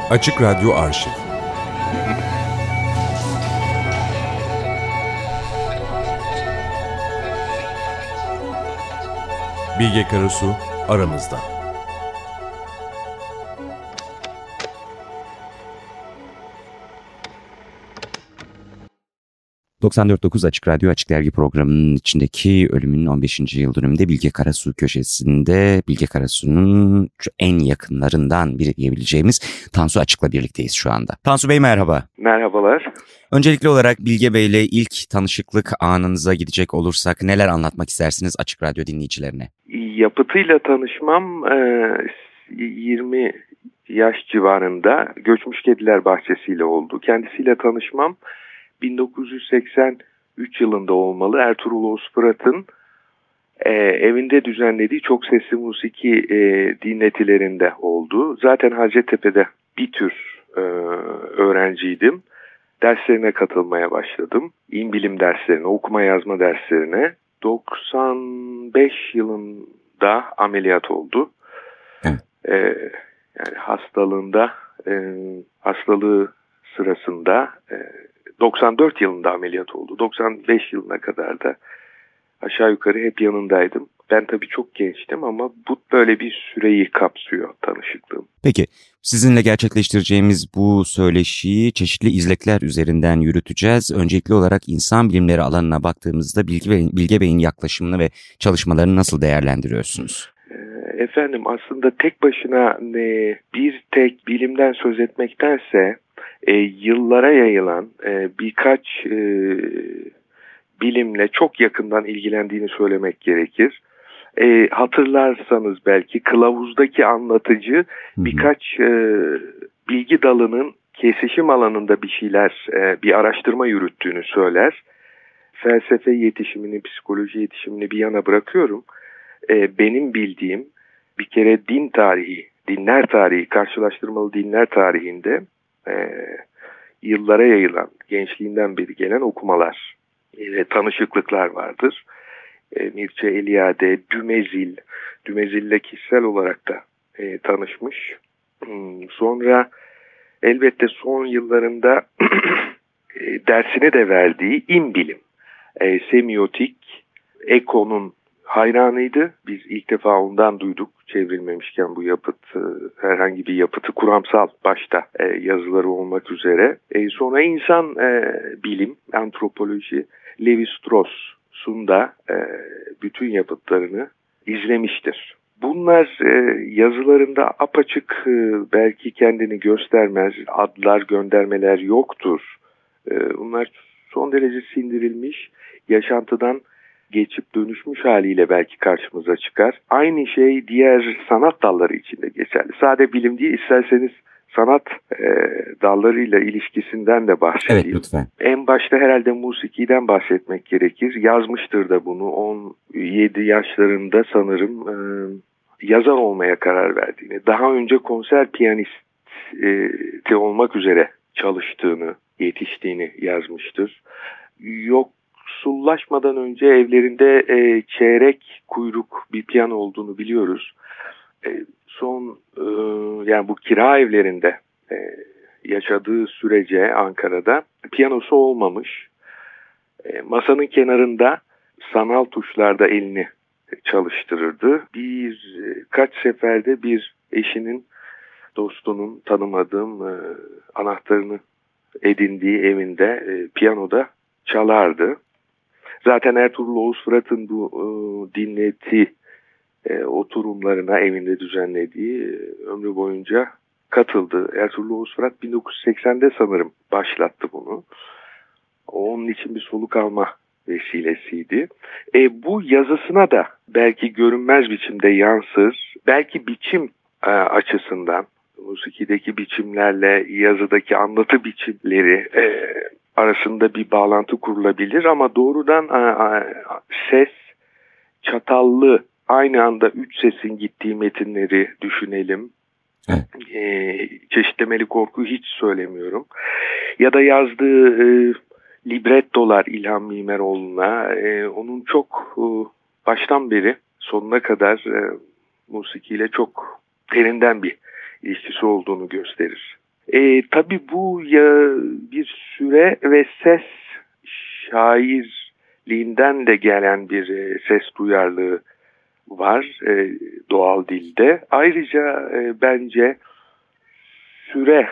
Açık Radyo Arşiv. Bilge Karasu aramızda. 94.9 Açık Radyo Açık Dergi programının içindeki ölümünün 15. yıl dönümünde Bilge Karasu köşesinde Bilge Karasu'nun en yakınlarından biri diyebileceğimiz Tansu Açık'la birlikteyiz şu anda. Tansu Bey merhaba. Merhabalar. Öncelikli olarak Bilge Bey'le ilk tanışıklık anınıza gidecek olursak neler anlatmak istersiniz Açık Radyo dinleyicilerine? Yapıtıyla tanışmam 20 yaş civarında Göçmüş Kediler Bahçesi'yle oldu. Kendisiyle tanışmam 1983 yılında olmalı. Ertuğrul Oğuz Fırat'ın evinde düzenlediği çok sesli musiki dinletilerinde oldu. Zaten Hacettepe'de bir tür öğrenciydim. Derslerine katılmaya başladım. İnbilim derslerine, okuma yazma derslerine. 95 yılında ameliyat oldu. Yani hastalığı sırasında 94 yılında ameliyat oldu. 95 yılına kadar da aşağı yukarı hep yanındaydım. Ben tabii çok gençtim ama bu böyle bir süreyi kapsıyor tanışıklığım. Peki sizinle gerçekleştireceğimiz bu söyleşiyi çeşitli izlekler üzerinden yürüteceğiz. Öncelikli olarak insan bilimleri alanına baktığımızda Bilge Bey'in yaklaşımını ve çalışmalarını nasıl değerlendiriyorsunuz? Efendim aslında tek başına bir tek bilimden söz etmektense yıllara yayılan birkaç bilimle çok yakından ilgilendiğini söylemek gerekir. Hatırlarsanız belki kılavuzdaki anlatıcı birkaç bilgi dalının kesişim alanında bir araştırma yürüttüğünü söyler. Felsefe yetişimini, psikoloji yetişimini bir yana bırakıyorum. Benim bildiğim bir kere dinler tarihi, karşılaştırmalı dinler tarihinde yıllara yayılan, gençliğinden beri gelen okumalar ve tanışıklıklar vardır. Mircea Eliade, Dümezil'le kişisel olarak da tanışmış. Sonra elbette son yıllarında dersini de verdiği inbilim, semiotik, Eco'nun hayranıydı. Biz ilk defa ondan duyduk. Çevrilmemişken bu herhangi bir yapıtı kuramsal başta yazıları olmak üzere. Sonra insan bilim, antropoloji, Levi-Strauss'un da bütün yapıtlarını izlemiştir. Bunlar yazılarında apaçık belki kendini göstermez, adlar, göndermeler yoktur. Bunlar son derece sindirilmiş, yaşantıdan geçip dönüşmüş haliyle belki karşımıza çıkar. Aynı şey diğer sanat dalları için de geçerli. Sadece bilim değil, isterseniz sanat dallarıyla ilişkisinden de bahsedeyim. Evet, lütfen. En başta herhalde musikiden bahsetmek gerekir. Yazmıştır da bunu 17 yaşlarında sanırım yazar olmaya karar verdiğini, daha önce konser piyanisti olmak üzere çalıştığını, yetiştiğini yazmıştır. Yoksullaşmadan önce evlerinde çeyrek kuyruk bir piyano olduğunu biliyoruz. Yani bu kira evlerinde yaşadığı sürece Ankara'da piyanosu olmamış. Masanın kenarında sanal tuşlarda elini çalıştırırdı. Birkaç seferde bir eşinin, dostunun tanımadığım anahtarını edindiği evinde piyanoda çalardı. Zaten Ertuğrul Oğuz Fırat'ın bu dinleti oturumlarına evinde düzenlediği ömrü boyunca katıldı. Ertuğrul Oğuz Fırat 1980'de sanırım başlattı bunu. Onun için bir soluk alma vesilesiydi. Bu yazısına da belki görünmez biçimde yansır. Belki biçim açısından musikideki biçimlerle yazıdaki anlatı biçimleri arasında bir bağlantı kurulabilir ama doğrudan ses çatallı, aynı anda 3 sesin gittiği metinleri düşünelim. Evet. Çeşitlemeli korku hiç söylemiyorum. Ya da yazdığı librettolar İlhan Mimeroğlu'na, onun çok baştan beri sonuna kadar musikiyle çok derinden bir ilişkisi olduğunu gösterir. Tabii bu ya bir süre ve ses şairliğinden de gelen bir ses duyarlılığı var doğal dilde. Ayrıca bence süre,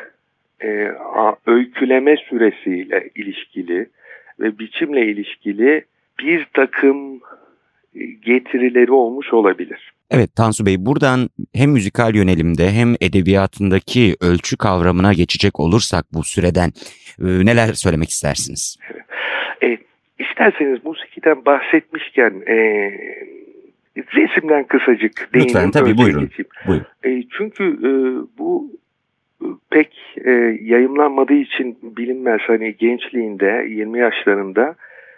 öyküleme süresiyle ilişkili ve biçimle ilişkili bir takım getirileri olmuş olabilir. Evet Tansu Bey, buradan hem müzikal yönelimde hem edebiyatındaki ölçü kavramına geçecek olursak bu süreden neler söylemek istersiniz? İsterseniz musikiden bahsetmişken resimden kısacık değineyim. Lütfen tabii buyurun. Buyurun. Çünkü bu pek yayımlanmadığı için bilinmez. Hani gençliğinde 20 yaşlarında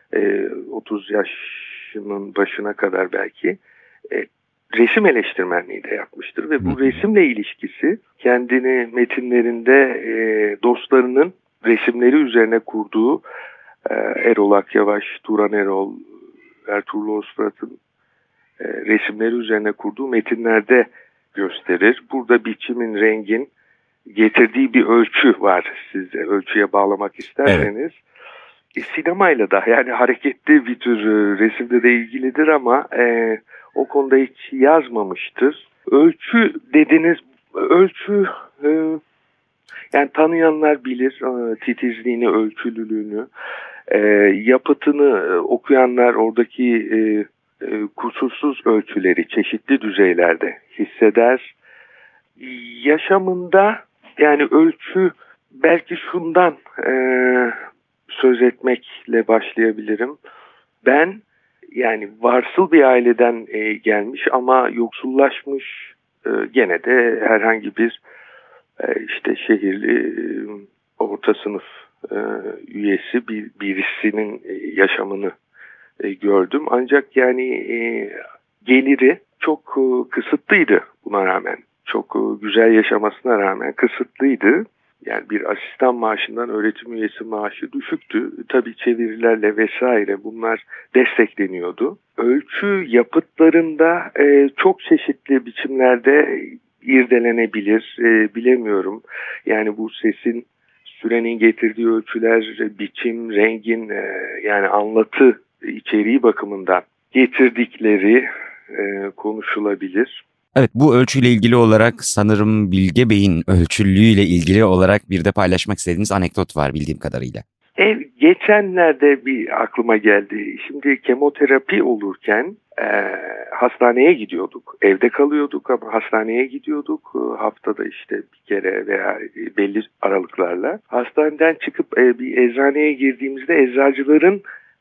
30 yaşının başına kadar belki resim eleştirmenliği de yapmıştır ve bu resimle ilişkisi kendini metinlerinde dostlarının resimleri üzerine kurduğu Erol Akyavaş, Turan Erol, Ertuğrul Osfırat'ın resimleri üzerine kurduğu metinlerde gösterir. Burada biçimin, rengin getirdiği bir ölçü var, siz ölçüye bağlamak isterseniz. Evet. Sinemayla da yani hareketli bir tür resimde de ilgilidir ama o konuda hiç yazmamıştır. Ölçü dediniz, ölçü yani tanıyanlar bilir titizliğini, ölçülülüğünü, yapıtını okuyanlar oradaki kusursuz ölçüleri çeşitli düzeylerde hisseder. Yaşamında yani ölçü belki şundan söz etmekle başlayabilirim. Ben yani varsıl bir aileden gelmiş ama yoksullaşmış gene de herhangi bir işte şehirli orta sınıf üyesi birisinin yaşamını gördüm. Ancak yani geliri çok kısıtlıydı buna rağmen. Çok güzel yaşamasına rağmen kısıtlıydı. Yani bir asistan maaşından öğretim üyesi maaşı düşüktü. Tabii çevirilerle vesaire bunlar destekleniyordu. Ölçü yapıtlarında çok çeşitli biçimlerde irdelenebilir, bilemiyorum. Yani bu sesin, sürenin getirdiği ölçüler, biçim, rengin yani anlatı içeriği bakımından getirdikleri konuşulabilir. Evet, bu ölçüyle ilgili olarak sanırım Bilge Bey'in ölçülülüğüyle ilgili olarak bir de paylaşmak istediğiniz anekdot var bildiğim kadarıyla. Geçenlerde bir aklıma geldi. Şimdi kemoterapi olurken hastaneye gidiyorduk. Evde kalıyorduk ama hastaneye gidiyorduk. Haftada işte bir kere veya belli aralıklarla. Hastaneden çıkıp bir eczaneye girdiğimizde eczacıların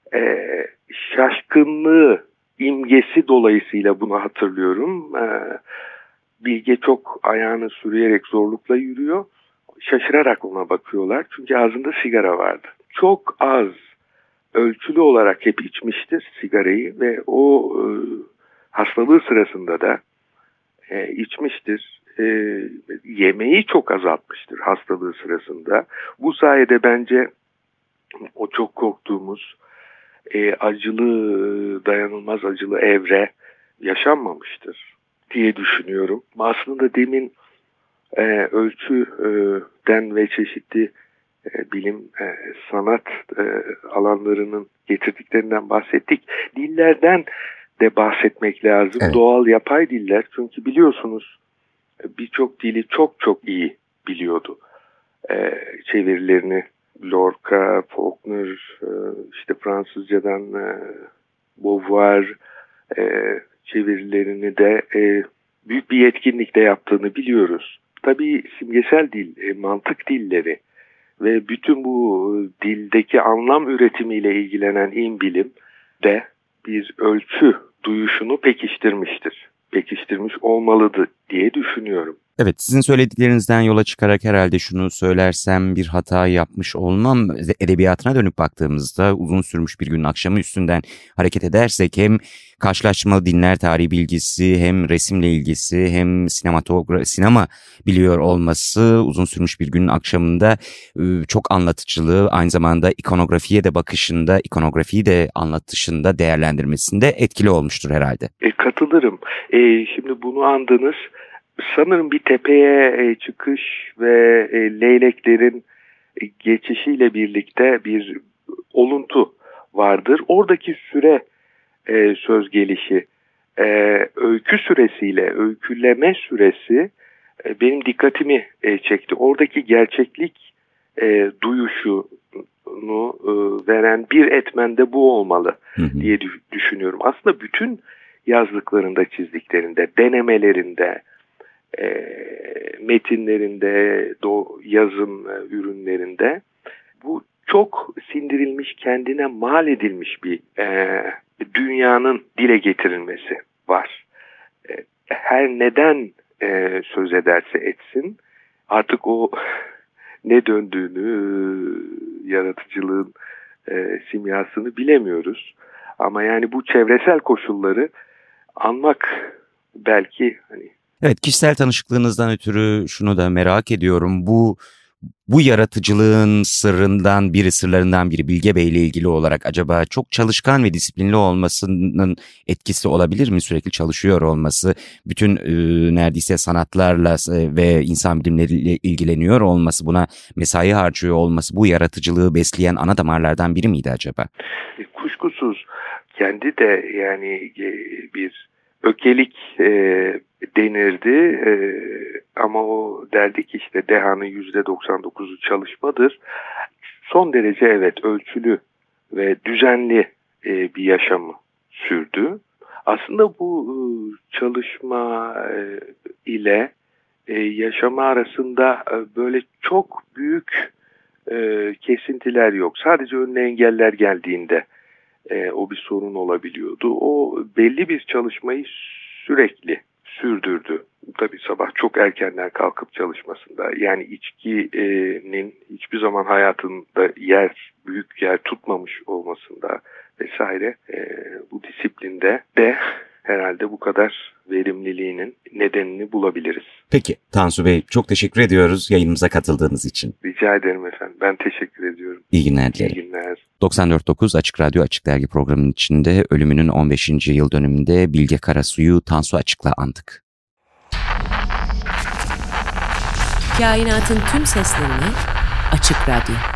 şaşkınlığı imgesi dolayısıyla bunu hatırlıyorum. Bilge çok ayağını sürüyerek zorlukla yürüyor. Şaşırarak ona bakıyorlar. Çünkü ağzında sigara vardı. Çok az ölçülü olarak hep içmiştir sigarayı ve o hastalığı sırasında da içmiştir. Yemeği çok azaltmıştır hastalığı sırasında. Bu sayede bence o çok korktuğumuz acılı, dayanılmaz acılı evre yaşanmamıştır diye düşünüyorum. Aslında demin ölçüden ve çeşitli bilim, sanat alanlarının getirdiklerini bahsettik. Dillerden de bahsetmek lazım. Evet. Doğal, yapay diller. Çünkü biliyorsunuz birçok dili çok çok iyi biliyordu. Çevirilerini Lorca, Faulkner, işte Fransızcadan Beauvoir çevirilerini de büyük bir yetkinlikle yaptığını biliyoruz. Tabii simgesel dil, mantık dilleri ve bütün bu dildeki anlam üretimiyle ilgilenen İnbilim de bir ölçü duyuşunu pekiştirmiştir. Pekiştirmiş olmalıdır diye düşünüyorum. Evet, sizin söylediklerinizden yola çıkarak herhalde şunu söylersem bir hata yapmış olmam. Edebiyatına dönüp baktığımızda uzun sürmüş bir günün akşamı üstünden hareket edersek hem karşılaştırmalı dinler tarihi bilgisi, hem resimle ilgisi, hem sinema biliyor olması uzun sürmüş bir günün akşamında çok anlatıcılığı, aynı zamanda ikonografiye de bakışında, ikonografiyi de anlatışında, değerlendirmesinde etkili olmuştur herhalde. Katılırım. Şimdi bunu andınız. sanırım bir tepeye çıkış ve leyleklerin geçişiyle birlikte bir oluntu vardır. Oradaki süre söz gelişi, öykü süresiyle öyküleme süresi benim dikkatimi çekti. Oradaki gerçeklik duyuşunu veren bir etmen de bu olmalı diye düşünüyorum. Aslında bütün yazdıklarında, çizdiklerinde, denemelerinde, metinlerinde, yazım ürünlerinde bu çok sindirilmiş, kendine mal edilmiş bir dünyanın dile getirilmesi var. Her neden söz ederse etsin, artık o ne döndüğünü, yaratıcılığın simyasını bilemiyoruz. Ama yani bu çevresel koşulları anmak belki hani. Evet, kişisel tanışıklığınızdan ötürü şunu da merak ediyorum. Bu yaratıcılığın sırlarından biri Bilge Bey ile ilgili olarak acaba çok çalışkan ve disiplinli olmasının etkisi olabilir mi? Sürekli çalışıyor olması, bütün neredeyse sanatlarla ve insan bilimleriyle ilgileniyor olması, buna mesai harcıyor olması bu yaratıcılığı besleyen ana damarlardan biri miydi acaba? Kuşkusuz kendi de yani bir ökelik denirdi ama o derdi ki işte dehanın %99'u çalışmadır. Son derece evet ölçülü ve düzenli bir yaşamı sürdü. Aslında bu çalışma ile yaşama arasında böyle çok büyük kesintiler yok. Sadece önüne engeller geldiğinde o bir sorun olabiliyordu. O belli bir çalışmayı sürekli sürdürdü. Tabii sabah çok erkenden kalkıp çalışmasında, yani içkinin hiçbir zaman hayatında büyük yer tutmamış olmasında vesaire, bu disiplinde de herhalde bu kadar verimliliğinin nedenini bulabiliriz. Peki Tansu Bey, çok teşekkür ediyoruz yayınımıza katıldığınız için. Rica ederim efendim. Ben teşekkür ediyorum. İyi günler dilerim. İyi günler. 94.9 Açık Radyo Açık Dergi programının içinde ölümünün 15. yıl dönümünde Bilge Karasu'yu Tansu Açık'la andık. Kainatın tüm seslerini Açık Radyo.